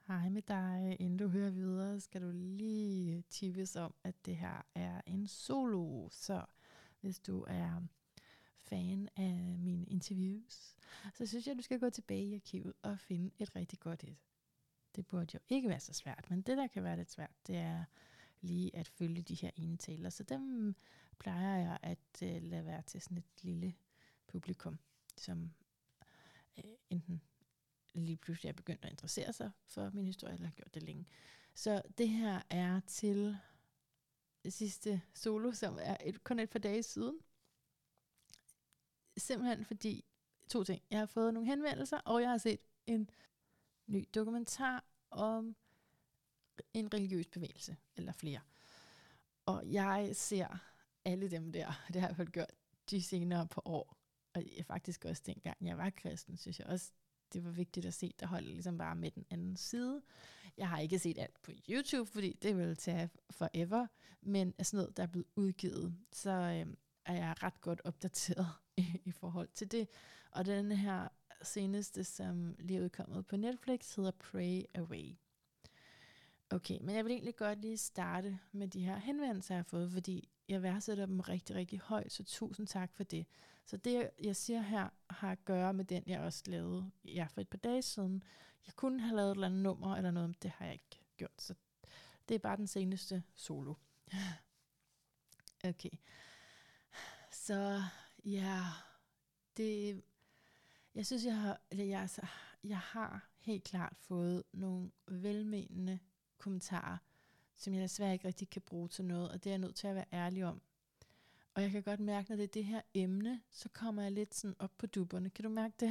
Hej med dig. Inden du hører videre, skal du lige tippes om, at det her er en solo. Så hvis du er fan af mine interviews, så synes jeg, du skal gå tilbage i arkivet og finde et rigtig godt et. Det burde jo ikke være så svært, men det der kan være lidt svært, det er lige at følge de her enetaler. Så dem plejer jeg at lade være til sådan et lille publikum, som enten lige pludselig er begyndt at interessere sig for min historie, eller har gjort det længe. Så det her er til det sidste solo, som er kun et par dage siden. Simpelthen fordi to ting. Jeg har fået nogle henvendelser, og jeg har set en ny dokumentar om en religiøs bevægelse, eller flere. Og jeg ser alle dem der, det har jeg i hvert fald gjort de senere på år. Og jeg faktisk også dengang jeg var kristen, synes jeg også, det var vigtigt at se, der holder ligesom bare med den anden side. Jeg har ikke set alt på YouTube, fordi det vil tage forever, men sådan noget, der er blevet udgivet, så er jeg ret godt opdateret i forhold til det. Og den her seneste, som lige er udkommet på Netflix, hedder Pray Away. Okay, men jeg vil egentlig godt lige starte med de her henvendelser, jeg har fået, fordi jeg værdsætter dem rigtig, rigtig højt, så tusind tak for det. Så det, jeg siger her, har at gøre med den, jeg også lavede for et par dage siden. Jeg kunne have lavet et eller andet nummer eller noget, men det har jeg ikke gjort. Så det er bare den seneste solo. Okay. Så ja, det... Jeg synes, jeg har helt klart fået nogle velmenende kommentarer, som jeg desværre ikke rigtig kan bruge til noget, og det er jeg nødt til at være ærlig om. Og jeg kan godt mærke, når det er det her emne, så kommer jeg lidt sådan op på dupperne. Kan du mærke det?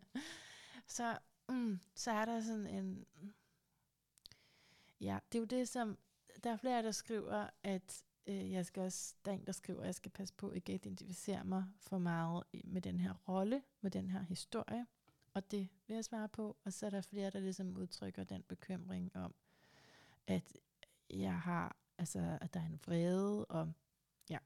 så er der sådan en... Ja, det er jo det, som... Der er flere, der skriver, at jeg skal også... Der er en, der skriver, at jeg skal passe på ikke at identificere mig for meget med den her rolle, med den her historie. Og det vil jeg svare på. Og så er der flere, der ligesom udtrykker den bekymring om, at jeg har... Altså, at der er en vrede, og... Ja.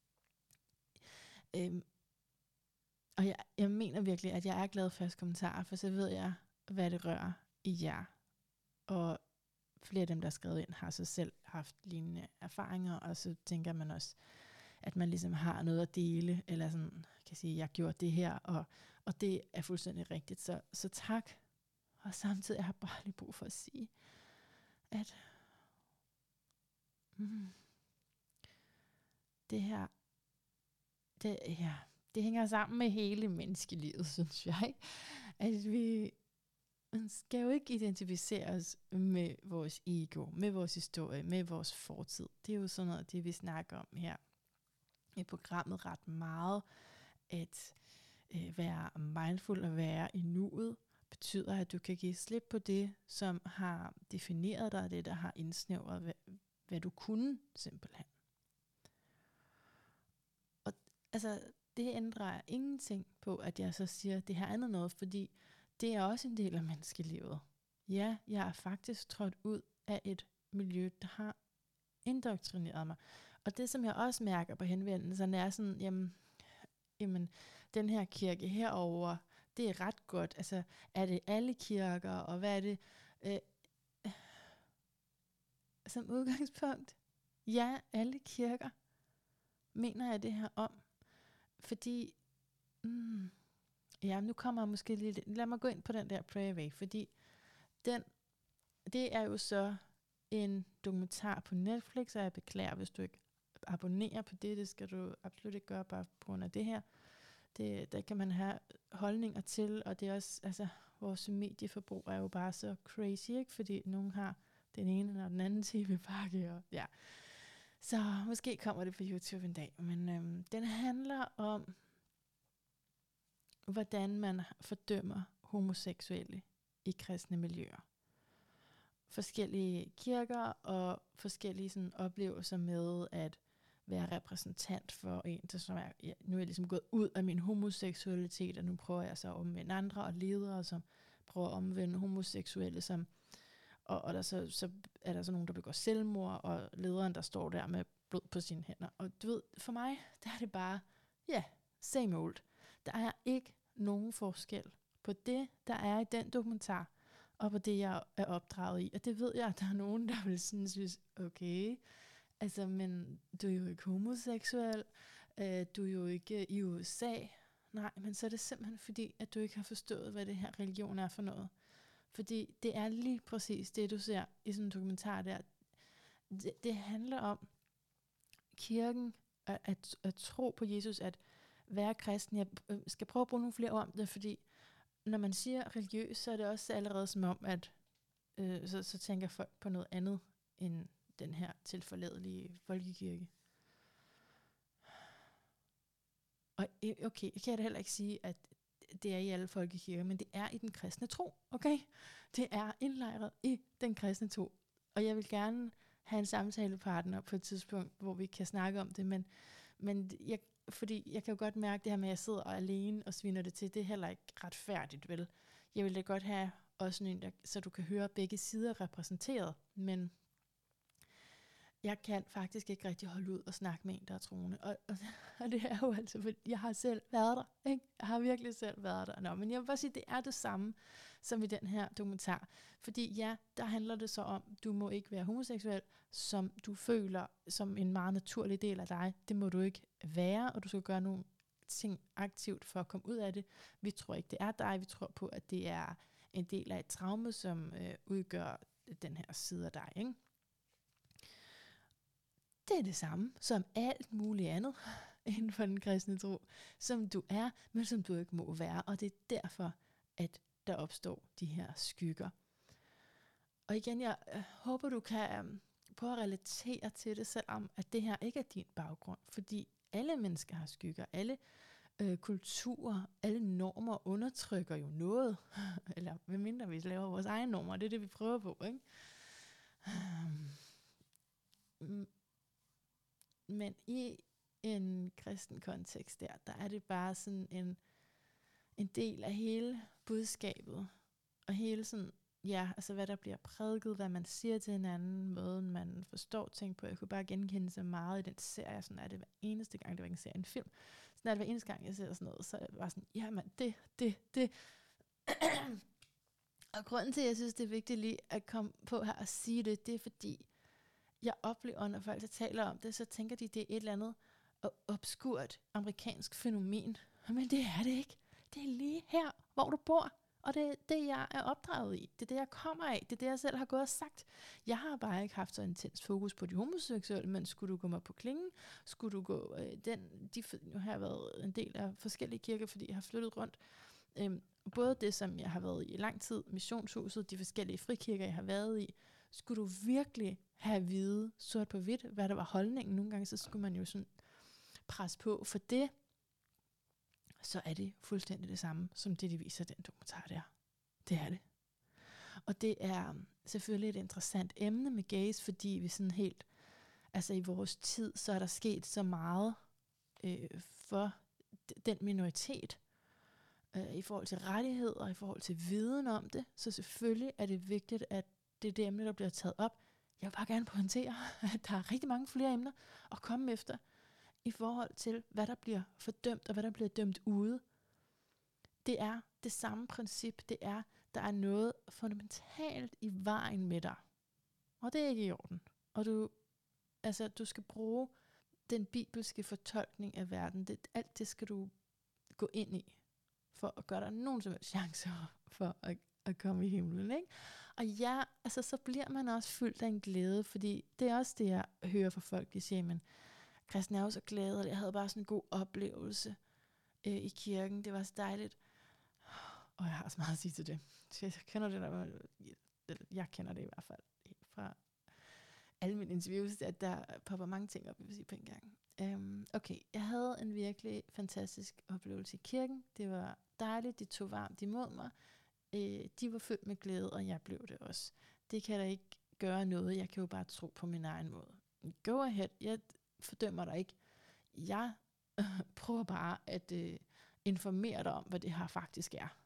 Og jeg mener virkelig, at jeg er glad for jeres kommentarer, for så ved jeg, hvad det rører i jer. Og flere af dem, der er skrevet ind, har så selv haft lignende erfaringer, og så tænker man også, at man ligesom har noget at dele, eller sådan, kan sige, jeg gjorde det her, og det er fuldstændig rigtigt. Så tak. Og samtidig har jeg bare lige brug for at sige, at det her, det hænger sammen med hele menneskelivet, synes jeg, ikke? At man skal jo ikke identificere os med vores ego, med vores historie, med vores fortid. Det er jo sådan noget, det vi snakker om her i programmet ret meget, at være mindful og være i nuet, betyder, at du kan give slip på det, som har defineret dig, det der har indsnævret, hvad du kunne simpelthen. Og altså, det ændrer ingenting på, at jeg så siger, at det her andet noget, fordi det er også en del af menneskelivet. Ja, jeg er faktisk trådt ud af et miljø, der har indoktrineret mig. Og det, som jeg også mærker på henvendelserne, er sådan, jamen den her kirke herover, det er ret godt. Altså, er det alle kirker, og hvad er det? Som udgangspunkt, ja, alle kirker mener jeg det her om. Fordi, nu kommer jeg måske lidt... Lad mig gå ind på den der Pray Away, fordi det er jo så en dokumentar på Netflix, og jeg beklager, hvis du ikke abonnerer på det. Det skal du absolut ikke gøre, bare på grund af det her. Der kan man have holdninger til, og det er også, altså, vores medieforbrug er jo bare så crazy, ikke? Fordi nogen har den ene eller den anden tv-pakke, og ja. Så måske kommer det på YouTube en dag, men den handler om, hvordan man fordømmer homoseksuelle i kristne miljøer. Forskellige kirker og forskellige sådan, oplevelser med at være repræsentant for en, som er, nu er jeg ligesom gået ud af min homoseksualitet, og nu prøver jeg så at omvende andre, og ledere, som prøver at omvende homoseksuelle, som, og der så er der så nogen, der begår selvmord, og lederen, der står der med blod på sine hænder. Og du ved, for mig, der er det bare, same old. Der er ikke nogen forskel på det, der er i den dokumentar, og på det, jeg er opdraget i. Og det ved jeg, at der er nogen, der vil sådan synes, okay, altså, men du er jo ikke homoseksuel, du er jo ikke i USA. Nej, men så er det simpelthen fordi, at du ikke har forstået, hvad det her religion er for noget. Fordi det er lige præcis det, du ser i sådan en dokumentar der. Det handler om kirken, at tro på Jesus, at være kristen. Jeg skal prøve at bruge nogle flere ord om det, fordi når man siger religiøs, så er det også allerede som om, at så tænker folk på noget andet end den her tilforladelige folkekirke. Og okay, jeg kan da heller ikke sige, at det er i alle folkekirker, men det er i den kristne tro, okay? Det er indlejret i den kristne tro. Og jeg vil gerne have en samtalepartner på et tidspunkt, hvor vi kan snakke om det, men fordi jeg kan jo godt mærke det her med, at jeg sidder alene og sviner det til, det er heller ikke retfærdigt, vel? Jeg vil da godt have også en, så du kan høre begge sider repræsenteret, men jeg kan faktisk ikke rigtig holde ud og snakke med en, der er troende. Og det er jo altså, for jeg har selv været der, ikke? Jeg har virkelig selv været der. Nå, men jeg vil bare sige, det er det samme som i den her dokumentar. Fordi ja, der handler det så om, du må ikke være homoseksuel, som du føler som en meget naturlig del af dig. Det må du ikke være, og du skal gøre nogle ting aktivt for at komme ud af det. Vi tror ikke, det er dig. Vi tror på, at det er en del af et traume, som udgør den her side af dig, ikke? Det er det samme som alt muligt andet inden for den kristne tro, som du er, men som du ikke må være. Og det er derfor, at der opstår de her skygger. Og igen, jeg håber, du kan prøve at relatere til det, selvom at det her ikke er din baggrund. Fordi alle mennesker har skygger. Alle kulturer, alle normer undertrykker jo noget. Eller medmindre vi laver vores egne normer. Det er det, vi prøver på, ikke? Men i en kristen kontekst der er det bare sådan en del af hele budskabet. Og hele sådan, ja, altså hvad der bliver prædiket, hvad man siger til hinanden, måden man forstår ting på. Jeg kunne bare genkende så meget i den serie, sådan er det hver eneste gang, det var ikke en serie, en film. Sådan er det hver eneste gang, jeg ser sådan noget, så er det bare sådan, jamen det. Og grunden til, at jeg synes, det er vigtigt lige at komme på her og sige det, det er fordi, jeg oplever, når folk taler om det, så tænker de, det er et eller andet obskurt amerikansk fænomen. Men det er det ikke. Det er lige her, hvor du bor. Og det er det, jeg er opdraget i. Det er det, jeg kommer af. Det er det, jeg selv har gået og sagt. Jeg har bare ikke haft så intens fokus på de homoseksuelle, men skulle du gå mig på klingen? Skulle du gå nu har jeg været en del af forskellige kirker, fordi jeg har flyttet rundt. Både det, som jeg har været i lang tid, missionshuset, de forskellige frikirker, jeg har været i, skulle du virkelig have at vide, sort på hvidt, hvad der var holdningen. Nogle gange, så skulle man jo sådan presse på for det. Så er det fuldstændig det samme, som det, de viser den dokumentar der. Det er det. Og det er selvfølgelig et interessant emne med gays, fordi vi sådan helt, altså i vores tid, så er der sket så meget for den minoritet, i forhold til rettigheder, i forhold til viden om det. Så selvfølgelig er det vigtigt, at det er det emne, der bliver taget op. Jeg vil bare gerne pointere, at der er rigtig mange flere emner at komme efter, i forhold til, hvad der bliver fordømt, og hvad der bliver dømt ude. Det er det samme princip. Det er, der er noget fundamentalt i vejen med dig. Og det er ikke i orden. Og du skal bruge den bibelske fortolkning af verden. Alt det skal du gå ind i, for at gøre dig nogen som helst chance for at komme i himlen, ikke? Og ja, altså så bliver man også fyldt af en glæde, fordi det er også det, jeg hører fra folk, de siger, men kristen er jo så glad, og jeg havde bare sådan en god oplevelse i kirken. Det var så dejligt. Og jeg har så meget at sige til det. Så jeg kender det jeg kender det i hvert fald fra alle mine interviews, at der popper mange ting op, jeg vil sige på en gang. Okay, jeg havde en virkelig fantastisk oplevelse i kirken. Det var dejligt, de tog varmt imod mig. De var fyldt med glæde, og jeg blev det også. Det kan da ikke gøre noget. Jeg kan jo bare tro på min egen måde. Go ahead. Jeg fordømmer dig ikke. Jeg prøver bare at informere dig om, hvad det her faktisk er.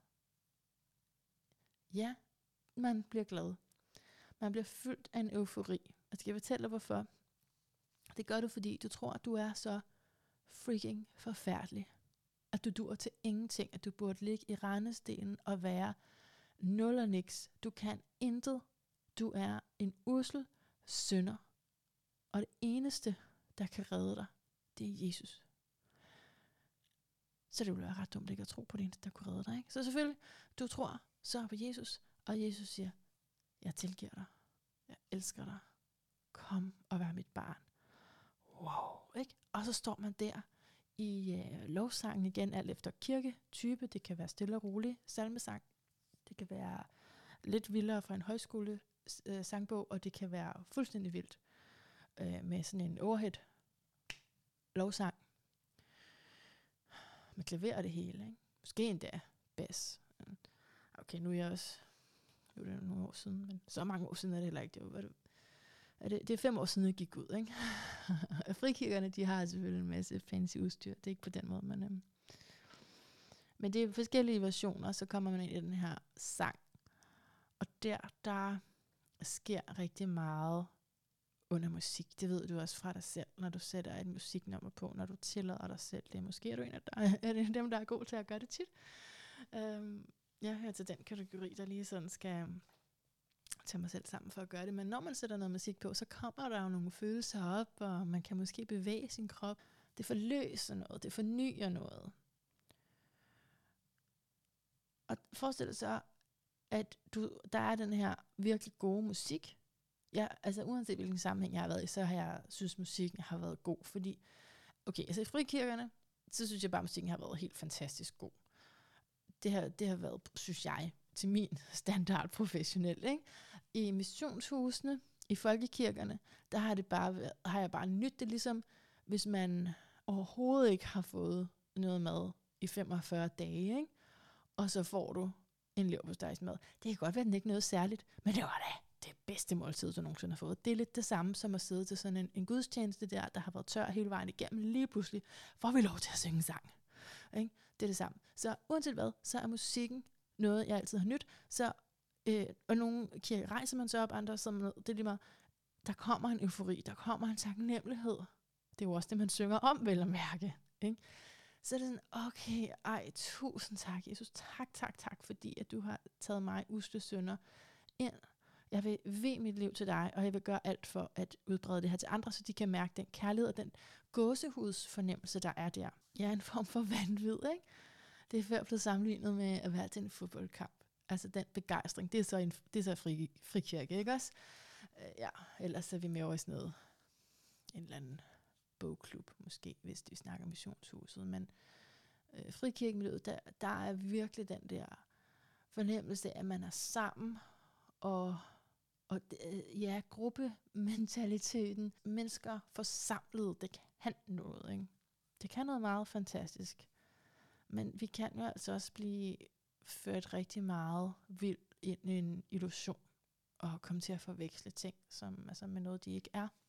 Ja, man bliver glad. Man bliver fyldt af en eufori. Og skal jeg fortælle dig, hvorfor? Det gør du, fordi du tror, at du er så freaking forfærdelig. At du dur til ingenting. At du burde ligge i rendestenen og være Nul og niks. Du kan intet. Du er en usel synder. Og det eneste, der kan redde dig, det er Jesus. Så det ville være ret dumt ikke at tro på det eneste, der kunne redde dig. Ikke? Så selvfølgelig, du tror så på Jesus, og Jesus siger, jeg tilgiver dig. Jeg elsker dig. Kom og vær mit barn. Wow, ikke? Og så står man der i lovsangen igen, alt efter kirketype. Det kan være stille og rolig salmesang. Det kan være lidt vildere fra en højskole sangbog, og det kan være fuldstændig vildt med sådan en overhead lovsang. Med klaver og det hele, ikke? Måske endda bas. Okay, nu er jeg også... Nu er det nogle år siden, men så mange år siden er det heller ikke. Det er 5 år siden, jeg gik ud, ikke? Frikirkerne, de har selvfølgelig en masse fancy udstyr. Det er ikke på den måde, men det er forskellige versioner, så kommer man ind i den her sang. Og der sker rigtig meget under musik. Det ved du også fra dig selv, når du sætter et musiknummer på, når du tillader dig selv det. Måske er du en af dem, der er god til at gøre det tit. Jeg hører til den kategori, der lige sådan skal tage mig selv sammen for at gøre det. Men når man sætter noget musik på, så kommer der jo nogle følelser op, og man kan måske bevæge sin krop. Det forløser noget, det fornyer noget. Og forestil dig så, at der er den her virkelig gode musik. Ja, altså uanset hvilken sammenhæng jeg har været i, så har jeg synes musikken har været god. Fordi, okay, altså i frikirkerne, så synes jeg bare, at musikken har været helt fantastisk god. Det har været, synes jeg, til min standard professionelt, ikke? I missionshusene, i folkekirkerne, der har jeg bare nydt det, ligesom hvis man overhovedet ikke har fået noget mad i 45 dage, ikke? Og så får du en leverpostejsmad. Det kan godt være, at den ikke er noget særligt, men det var da det bedste måltid, du nogensinde har fået. Det er lidt det samme som at sidde til sådan en gudstjeneste der har været tør hele vejen igennem. Lige pludselig får vi lov til at synge en sang. Ikke? Det er det samme. Så uanset hvad, så er musikken noget, jeg altid har nydt. Så, og nogle kirker rejser man så op, andre sidder man ned. Det er lige meget. Der kommer en eufori, der kommer en taknemmelighed. Det er jo også det, man synger om, vel at mærke. Ikke? Så er det sådan, okay, tusind tak, Jesus. Tak, fordi at du har taget mig, usle synder, ind. Jeg vil vie mit liv til dig, og jeg vil gøre alt for at udbrede det her til andre, så de kan mærke den kærlighed og den gåsehudsfornemmelse, der er der. Jeg er en form for vanvid, ikke? Det er før blevet sammenlignet med at være til en fodboldkamp. Altså den begejstring, det er så frikirke, ikke også? Ja, ellers er vi med over i sådan noget, en eller anden bogklub, måske, hvis de snakker missionshuset, men frikirkemiljøet, der er virkelig den der fornemmelse af, at man er sammen, og gruppementaliteten, mennesker forsamlet, det kan noget, ikke? Det kan noget meget fantastisk, men vi kan jo altså også blive ført rigtig meget vildt ind i en illusion, og komme til at forveksle ting, som altså med noget, de ikke er.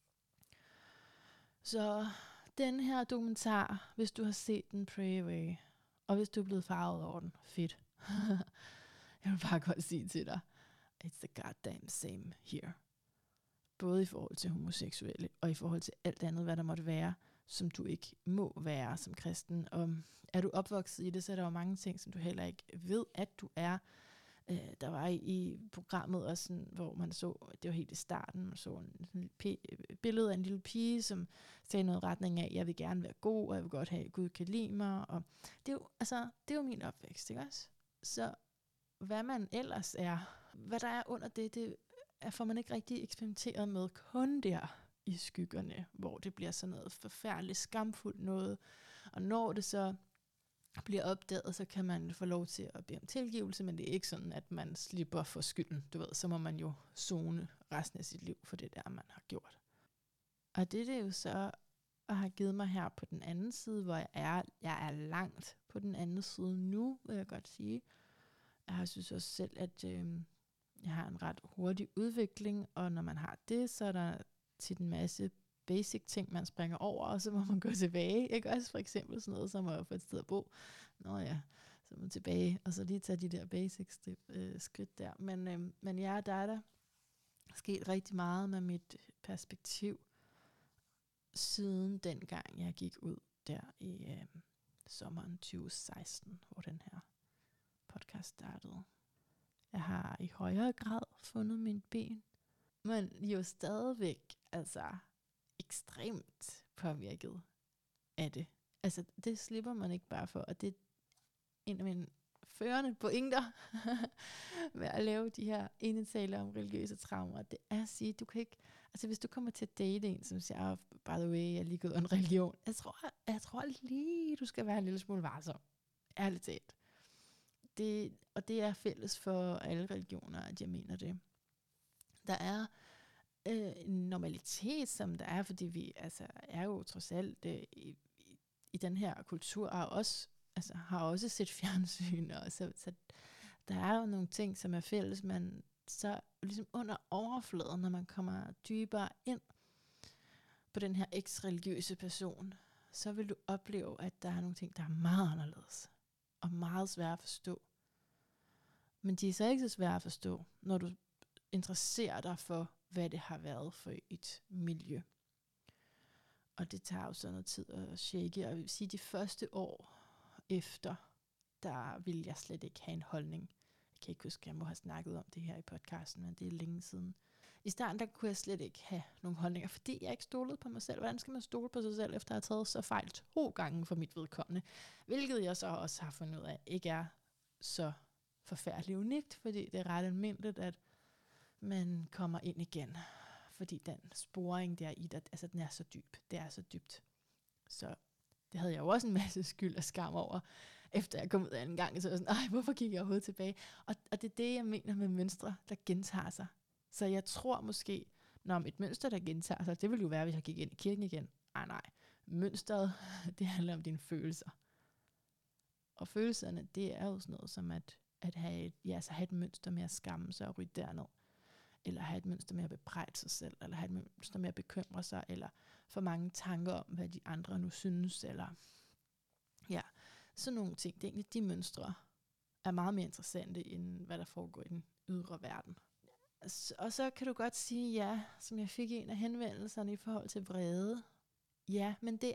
Så den her dokumentar, hvis du har set den, Pray Away, og hvis du er blevet farvet over den, fedt. Jeg vil bare godt sige til dig, it's the goddamn same here. Både i forhold til homoseksuelle, og i forhold til alt andet, hvad der måtte være, som du ikke må være som kristen. Og er du opvokset i det, så er der jo mange ting, som du heller ikke ved, at du er. Der var i programmet også sådan, hvor man så, det var helt i starten, man så en billede af en lille pige, som sagde noget i retning af, jeg vil gerne være god, og jeg vil godt have, at Gud kan lide mig. Og det er jo min opvækst, ikke også? Så hvad man ellers er, hvad der er under det får man ikke rigtig eksperimenteret med, kun der i skyggerne, hvor det bliver sådan noget forfærdeligt skamfuldt noget. Og når det så bliver opdaget, så kan man få lov til at bede om tilgivelse, men det er ikke sådan, at man slipper for skylden. Du ved, så må man jo zone resten af sit liv for det der, man har gjort. Og det er jo så at have givet mig her på den anden side, hvor jeg er langt på den anden side nu, vil jeg godt sige. Jeg synes også selv, at jeg har en ret hurtig udvikling, og når man har det, så er der tit en masse basic ting, man springer over, og så må man gå tilbage. Ikke også for eksempel sådan noget, som at få et sted at bo. Nå ja, så må man tilbage, og så lige tage de der basic skridt der. Men ja, der er sket rigtig meget med mit perspektiv, siden dengang jeg gik ud der i sommeren 2016, hvor den her podcast startede. Jeg har i højere grad fundet min ben. Men jo stadigvæk ekstremt påvirket af det. Altså, det slipper man ikke bare for, og det er en af mine førende pointer med at lave de her enetaler om religiøse traumer. Det er at sige, du kan ikke, altså hvis du kommer til at date en, som siger, oh, by the way, jeg er lige gået en religion, jeg tror lige, du skal være en lille smule varsom. Ærligt talt. Og det er fælles for alle religioner, at jeg mener det. Der er en normalitet, som der er, fordi vi er jo trods alt i den her kultur, har også set fjernsyn, og så der er jo nogle ting, som er fælles, men så ligesom under overfladen, når man kommer dybere ind på den her eks-religiøse person, så vil du opleve, at der er nogle ting, der er meget anderledes, og meget svære at forstå. Men de er så ikke så svære at forstå, når du interesserer dig for, hvad det har været for et miljø. Og det tager jo så noget tid at shake. Og jeg vil sige, de første år efter, der ville jeg slet ikke have en holdning. Jeg kan ikke huske, jeg må have snakket om det her i podcasten, men det er længe siden. I starten, der kunne jeg slet ikke have nogle holdninger, fordi jeg ikke stolede på mig selv. Hvordan skal man stole på sig selv, efter at have taget så fejl 2 gange for mit vedkommende? Hvilket jeg så også har fundet ud af, ikke er så forfærdeligt unikt, fordi det er ret almindeligt, at man kommer ind igen. Fordi den sporing der i dig, den er så dyb. Det er så dybt. Så det havde jeg jo også en masse skyld og skam over, efter jeg kom ud af en gang. Så var jeg sådan, hvorfor gik jeg overhovedet tilbage? Og det er det, jeg mener med mønstre, der gentager sig. Så jeg tror måske, når et mønster, der gentager sig, det ville jo være, hvis jeg gik ind i kirken igen. Nej. Mønstret, det handler om dine følelser. Og følelserne, det er jo sådan noget som at have et mønster med at skamme sig og ryge derned. Eller have et mønster med at bebrejde sig selv, eller have et mønster med at bekymre sig, eller for mange tanker om, hvad de andre nu synes, eller sådan nogle ting. Det er egentlig, de mønstre er meget mere interessante, end hvad der foregår i den ydre verden. Og så kan du godt sige, som jeg fik en af henvendelserne i forhold til vrede. Ja, men det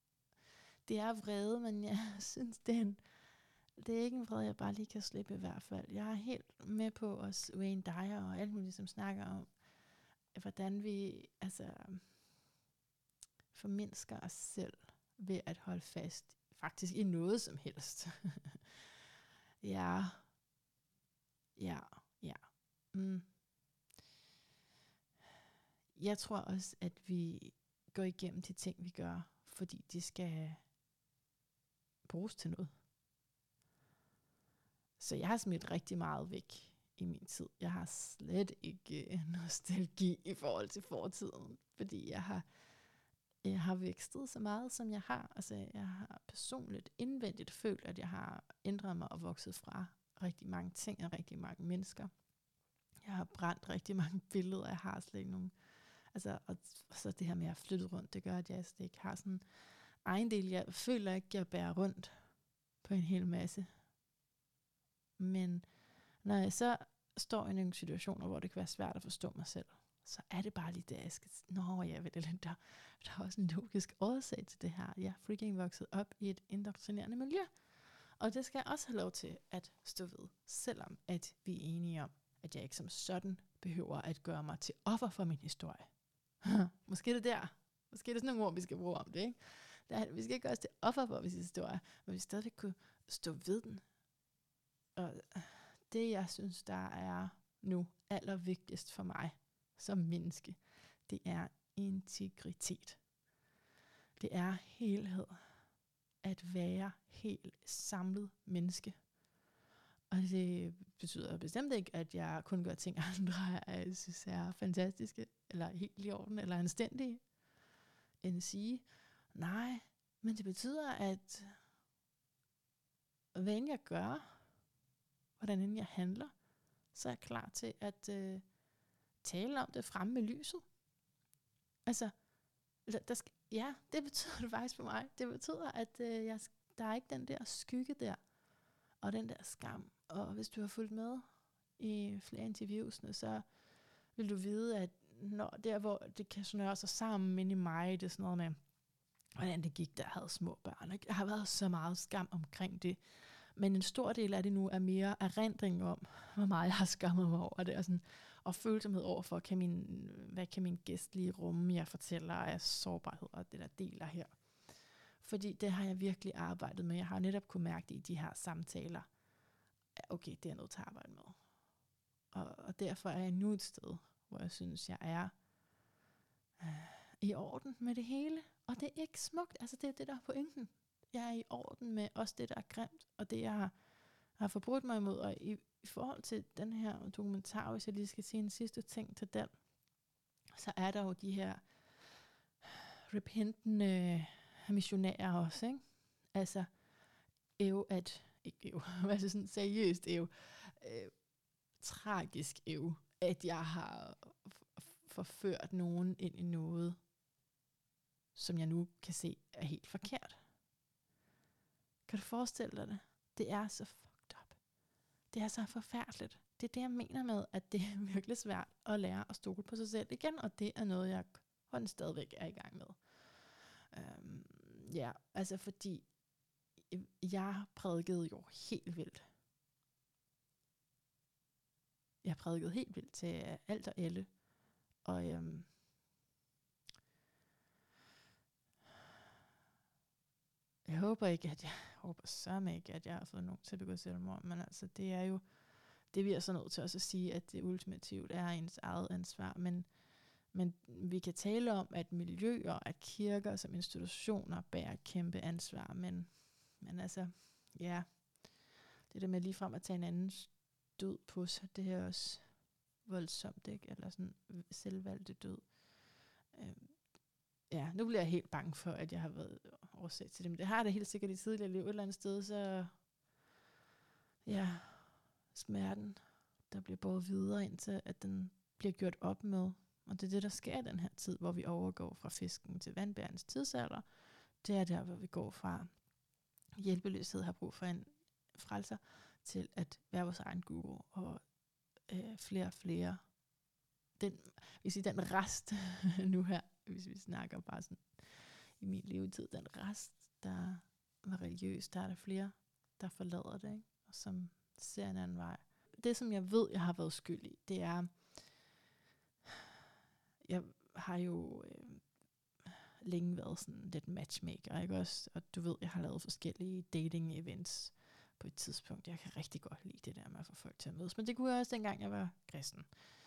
er vrede, men jeg synes, det er ikke en vrede, jeg bare lige kan slippe i hvert fald. Jeg er helt med på os, Wayne Dyer og alt muligt, som snakker om, hvordan vi formindsker os selv ved at holde fast faktisk i noget som helst. Ja. Jeg tror også, at vi går igennem de ting, vi gør, fordi de skal bruges til noget. Så jeg har smidt rigtig meget væk i min tid. Jeg har slet ikke nostalgi i forhold til fortiden, fordi jeg har vækstet så meget, som jeg har. Altså, jeg har personligt indvendigt følt, at jeg har ændret mig og vokset fra rigtig mange ting og rigtig mange mennesker. Jeg har brændt rigtig mange billeder, jeg har slet ikke nogen. Altså, og så det her med at flytte rundt, det gør, at jeg slet ikke har sådan en egen del. Jeg føler ikke, at jeg bærer rundt på en hel masse. Men når jeg så står i nogle situationer, hvor det kan være svært at forstå mig selv, så er det bare lige det, jeg skal... der er også en logisk årsag til det her. Jeg er freaking vokset op i et indoktrinerende miljø. Og det skal jeg også have lov til at stå ved, selvom at vi er enige om, at jeg ikke som sådan behøver at gøre mig til offer for min historie. Måske er det der. Måske er det sådan nogle ord, vi skal bruge om det, ikke? Vi skal ikke gøre os til offer for vores historie, men vi stadigvæk kunne stå ved den. Og det, jeg synes, der er nu allervigtigst for mig som menneske, det er integritet. Det er helhed. At være helt samlet menneske. Og det betyder bestemt ikke, at jeg kun gør ting, andre jeg synes er fantastiske, eller helt i orden, eller anstændige, end sige, nej, men det betyder, at hvad end jeg gør, hvordan end jeg handler, så er jeg klar til at tale om det fremme med lyset. Altså, det betyder det faktisk for mig. Det betyder, at der er ikke den der skygge der, og den der skam. Og hvis du har fulgt med i flere interviewsene, så vil du vide, at når der, hvor det kan snøre sig sammen inde i mig, det er sådan noget med, hvordan det gik, der havde små børn. Ikke? Der har været så meget skam omkring det. Men en stor del af det nu er mere erindring om, hvor meget jeg har skammet mig over det, og følsomhed over for, hvad kan min gæst lige rumme, jeg fortæller af sårbarhed og det der deler her. Fordi det har jeg virkelig arbejdet med. Jeg har netop kunne mærke det i de her samtaler. Okay, det er jeg nødt til at arbejde med. Og derfor er jeg nu et sted, hvor jeg synes, jeg er i orden med det hele. Og det er ikke smukt. Altså det er det, der er pointen. Jeg er i orden med også det, der er grimt, og det, jeg har forbrudt mig imod. Og i forhold til den her dokumentar, hvis jeg lige skal sige en sidste ting til den, så er der jo de her repentende missionærer også, ikke? Altså, altså sådan seriøst tragisk at jeg har forført nogen ind i noget, som jeg nu kan se er helt forkert. Kan du forestille dig det? Det er så fucked up. Det er så forfærdeligt. Det er det, jeg mener med, at det er virkelig svært at lære at stole på sig selv igen, og det er noget, jeg stadigvæk er i gang med. Altså fordi jeg prædikede jo helt vildt. Jeg prædikede helt vildt til alt og alle. Og jeg håber sørme ikke, at jeg har fået nogen til at begå selvmord, men altså det er jo, det vi er så nødt til også at sige, at det ultimativt er ens eget ansvar, men vi kan tale om, at miljøer, at kirker som institutioner bærer kæmpe ansvar, men altså, ja, det der med ligefrem at tage en andens død på sig, det er også voldsomt, ikke? Eller sådan selvvalgte død. Nu bliver jeg helt bange for, at jeg har været årsag til det, men det har jeg da helt sikkert i tidligere liv et eller andet sted, så smerten, der bliver båret videre indtil, at den bliver gjort op med. Og det er det, der sker i den her tid, hvor vi overgår fra fisken til vandbærens tidsalder. Det er der, hvor vi går fra hjælpeløshed, har brug for en frelser, til at være vores egen guru, og flere og flere. Den rest nu her, hvis vi snakker bare sådan i min levetid, den rest, der var religiøs, der er der flere, der forlader det, ikke? Og som ser en anden vej. Det, som jeg ved, jeg har været skyld i, det er, jeg har jo længe været sådan lidt matchmaker, ikke også? Og du ved, jeg har lavet forskellige dating events på et tidspunkt. Jeg kan rigtig godt lide det der med at få folk til at mødes, men det kunne jeg også dengang, jeg var kristen.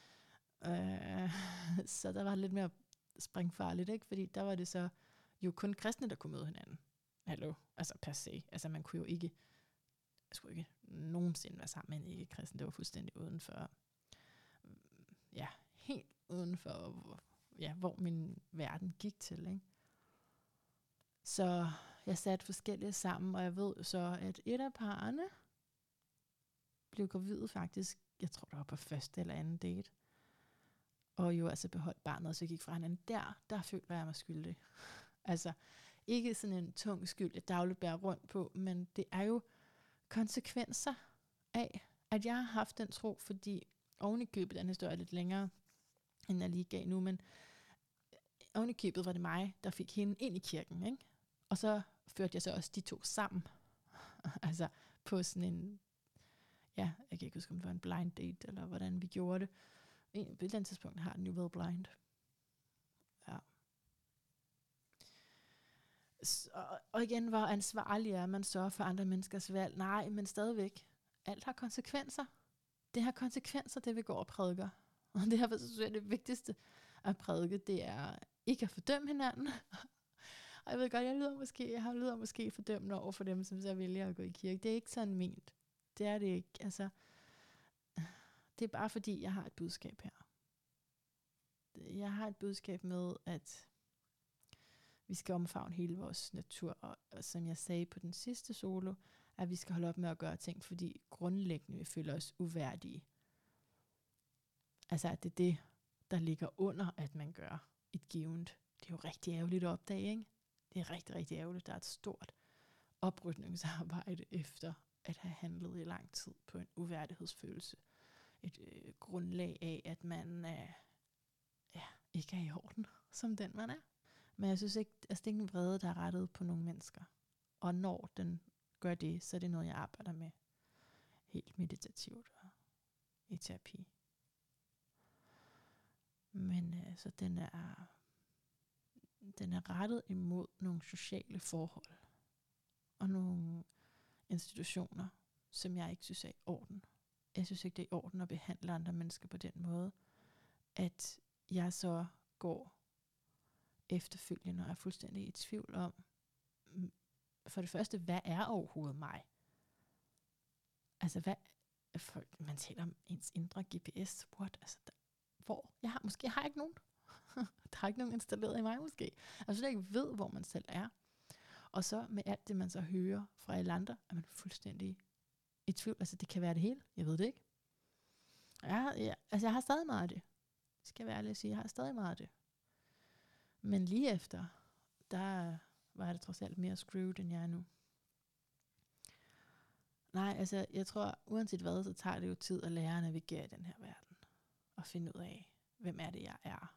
Så der var lidt mere springfarligt, ikke? Fordi der var det så jo kun kristne, der kunne møde hinanden. Hallo? Altså per se. Altså man kunne jo ikke, jeg skulle ikke nogensinde være sammen med en ikke-kristen. Det var fuldstændig udenfor, helt udenfor, hvor min verden gik til, ikke? Så jeg satte forskellige sammen, og jeg ved så, at et af parerne blev gravid faktisk, jeg tror det var på første eller anden date, og jo altså beholdt barnet, og så gik fra hinanden. Der følte jeg mig skyldig. Altså, ikke sådan en tung skyld, jeg dagligt bærer rundt på, men det er jo konsekvenser af, at jeg har haft den tro, fordi oven i købet, den historie er lidt længere, end jeg lige gav nu, men oven i købet var det mig, der fik hende ind i kirken, ikke? Og så førte jeg så også de to sammen. Altså på sådan en, jeg kan ikke huske, om det var en blind date, eller hvordan vi gjorde det. På et eller andet tidspunkt har den jo været blind. Ja. Og igen, hvor ansvarlig er man så for andre menneskers valg? Nej, men stadigvæk. Alt har konsekvenser. Det har konsekvenser, det vi går og prædiker. Og det her, så synes jeg, det vigtigste at prædike, det er ikke at fordømme hinanden. Og jeg ved godt, jeg lyder måske fordømmende over for dem, som så vælger at gå i kirke. Det er ikke sådan ment. Det er det ikke. Altså, det er bare fordi, jeg har et budskab her. Jeg har et budskab med, at vi skal omfavne hele vores natur, og som jeg sagde på den sidste solo, at vi skal holde op med at gøre ting, fordi grundlæggende vi føler os uværdige. Altså, at det er det, der ligger under, at man gør et givent. Det er jo rigtig ærgerligt at opdage, ikke? Det er rigtig, rigtig ærgerligt. Der er et stort oprydningsarbejde efter at have handlet i lang tid på en uværdighedsfølelse. Et grundlag af, at man ikke er i orden, som den man er. Men jeg synes ikke, altså det er ikke en vrede, der er rettet på nogle mennesker. Og når den gør det, så er det noget, jeg arbejder med helt meditativt og i terapi. Men så den er rettet imod nogle sociale forhold og nogle institutioner, som jeg ikke synes er i orden. Jeg synes ikke, det er i orden at behandle andre mennesker på den måde, at jeg så går efterfølgende og er fuldstændig i tvivl om, for det første, hvad er overhovedet mig? Altså, man taler om ens indre GPS, what? Altså, hvor? Måske har jeg ikke nogen. Der er ikke nogen installeret i mig måske. Altså, jeg ikke ved, hvor man selv er. Og så med alt det, man så hører fra alle andre, er man fuldstændig i tvivl. Altså, det kan være det hele. Jeg ved det ikke. Jeg har stadig meget af det. Skal jeg være ærlig at sige, jeg har stadig meget af det. Men lige efter, der var det trods alt mere screwed, end jeg er nu. Nej, altså, jeg tror, uanset hvad, så tager det jo tid at lære at navigere i den her verden. Og finde ud af, hvem er det, jeg er.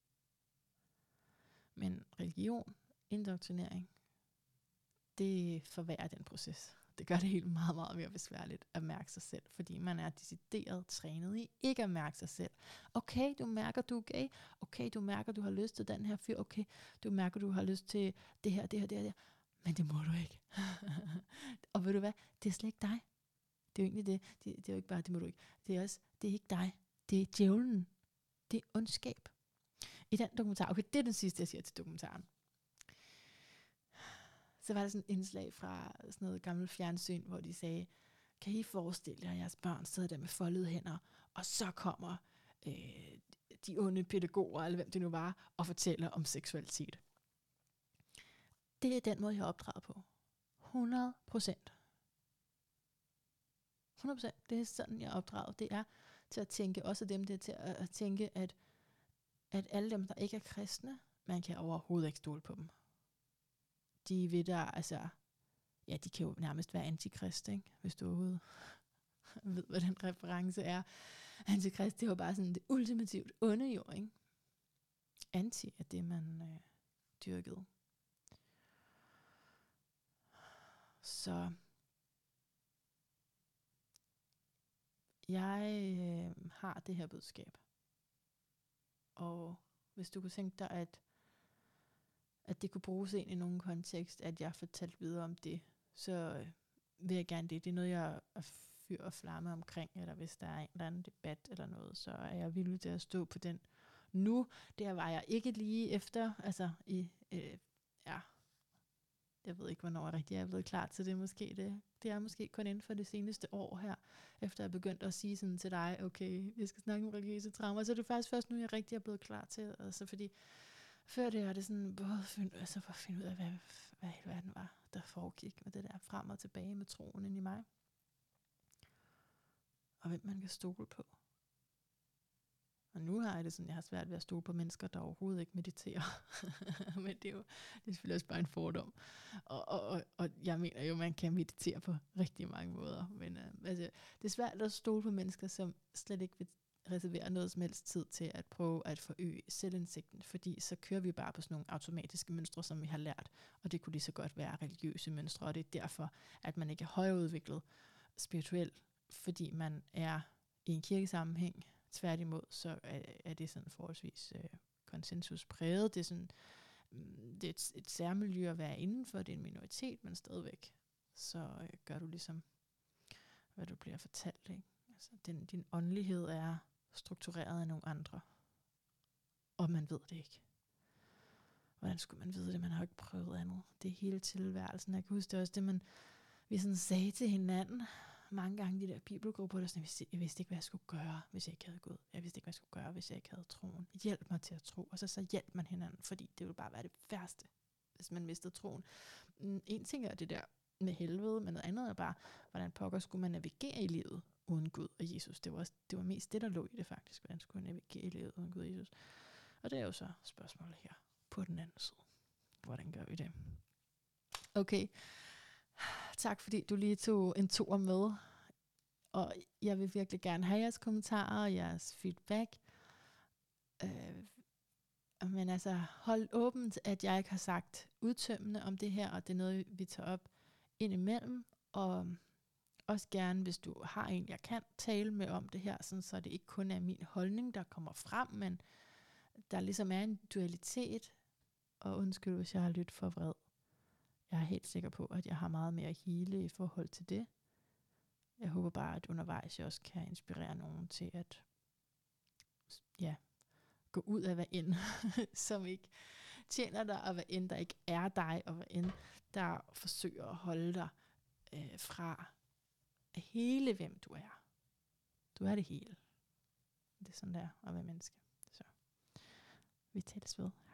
Men religion, indoktrinering, det forværrer den proces. Det gør det helt meget, meget mere besværligt at mærke sig selv, fordi man er decideret trænet i ikke at mærke sig selv. Okay, du mærker, du er gay. Okay, du mærker, du har lyst til den her fyr. Okay, du mærker, du har lyst til det her. Men det må du ikke. Og ved du hvad? Det er slet ikke dig. Det er jo egentlig det. Det er jo ikke bare, det må du ikke. Det er ikke dig. Det er djævlen. Det er ondskab. I den dokumentar, okay, det er den sidste, jeg siger til dokumentaren. Så var der sådan et indslag fra sådan noget gammelt fjernsyn, hvor de sagde, kan I forestille jer, at jeres børn sidder der med foldede hænder, og så kommer de onde pædagoger, eller hvem det nu var, og fortæller om seksualitet. Det er den måde, jeg er opdraget på. 100%. 100%. Det er sådan, jeg er opdraget. Det er til at tænke, også dem, det er til at tænke, at alle dem, der ikke er kristne, man kan overhovedet ikke stole på dem. De ved der, altså, ja, de kan jo nærmest være antikrist, ikke? Hvis du overhovedet ved, hvad den reference er. Antikrist, det er jo bare sådan det ultimativt onde jo, ikke? Anti er det, man dyrkede. Så jeg har det her budskab. Og hvis du kunne tænke dig, at det kunne bruges ind i nogen kontekst, at jeg fortalte videre om det, så vil jeg gerne det. Det er noget, jeg er fyr og flamme omkring, eller hvis der er en eller anden debat eller noget, så er jeg villig til at stå på den. Nu, der var jeg ikke lige efter, altså jeg ved ikke, hvornår jeg rigtig er blevet klar til det. Måske det er måske kun inden for det seneste år her, efter jeg begyndte at sige sådan til dig, okay, vi skal snakke om religiøse traumer, så er det faktisk først nu, jeg rigtig er blevet klar til, altså fordi før det er det sådan, for at finde ud af, hvad i verden var, der foregik med det der frem og tilbage med troen ind i mig. Og hvem man kan stole på. Og nu har jeg det sådan, jeg har svært ved at stole på mennesker, der overhovedet ikke mediterer. Men det er selvfølgelig også bare en fordom. Og jeg mener jo, man kan meditere på rigtig mange måder. Men det er svært at stole på mennesker, som slet ikke vil reservere noget som helst tid til at prøve at forøge selvindsigten. Fordi så kører vi bare på sådan nogle automatiske mønstre, som vi har lært. Og det kunne lige så godt være religiøse mønstre. Og det er derfor, at man ikke er højudviklet spirituelt, fordi man er i en kirkesammenhæng. Tværtimod, så er det sådan forholdsvis konsensuspræget. Det er sådan, det er et særmiljø at være indenfor, det er en minoritet, men stadigvæk, så gør du ligesom, hvad du bliver fortalt, ikke? Altså, din åndelighed er struktureret af nogle andre, og man ved det ikke. Hvordan skulle man vide det? Man har jo ikke prøvet andet. Det er hele tilværelsen. Jeg kan huske det også, det vi sådan sagde til hinanden, mange gange de der bibelgrupper, der sådan, jeg vidste ikke, hvad jeg skulle gøre, hvis jeg ikke havde Gud. Jeg vidste ikke, hvad jeg skulle gøre, hvis jeg ikke havde troen. Hjælp mig til at tro. Og så hjælp man hinanden, fordi det ville bare være det værste, hvis man mistede troen. En ting er det der med helvede, men noget andet er bare, hvordan pokker skulle man navigere i livet uden Gud og Jesus. Det var mest det, der lå i det faktisk. Hvordan skulle jeg navigere i livet uden Gud og Jesus? Og det er jo så spørgsmålet her på den anden side. Hvordan gør vi det? Okay. Tak fordi du lige tog en tur med. Og jeg vil virkelig gerne have jeres kommentarer og jeres feedback. Men altså, hold åbent, at jeg ikke har sagt udtømmende om det her, og det er noget, vi tager op indimellem, og også gerne, hvis du har en, jeg kan tale med om det her, sådan, så det ikke kun er min holdning, der kommer frem, men der ligesom er en dualitet, og undskyld, hvis jeg har lyttet for vred. Jeg er helt sikker på, at jeg har meget mere at hele i forhold til det. Jeg håber bare, at undervejs jeg også kan inspirere nogen til at gå ud af hvad end, som ikke tjener dig, og hvad end der ikke er dig, og hvad end der forsøger at holde dig fra hele, hvem du er. Du er det hele. Det er sådan der at være menneske. Så vi tales ved.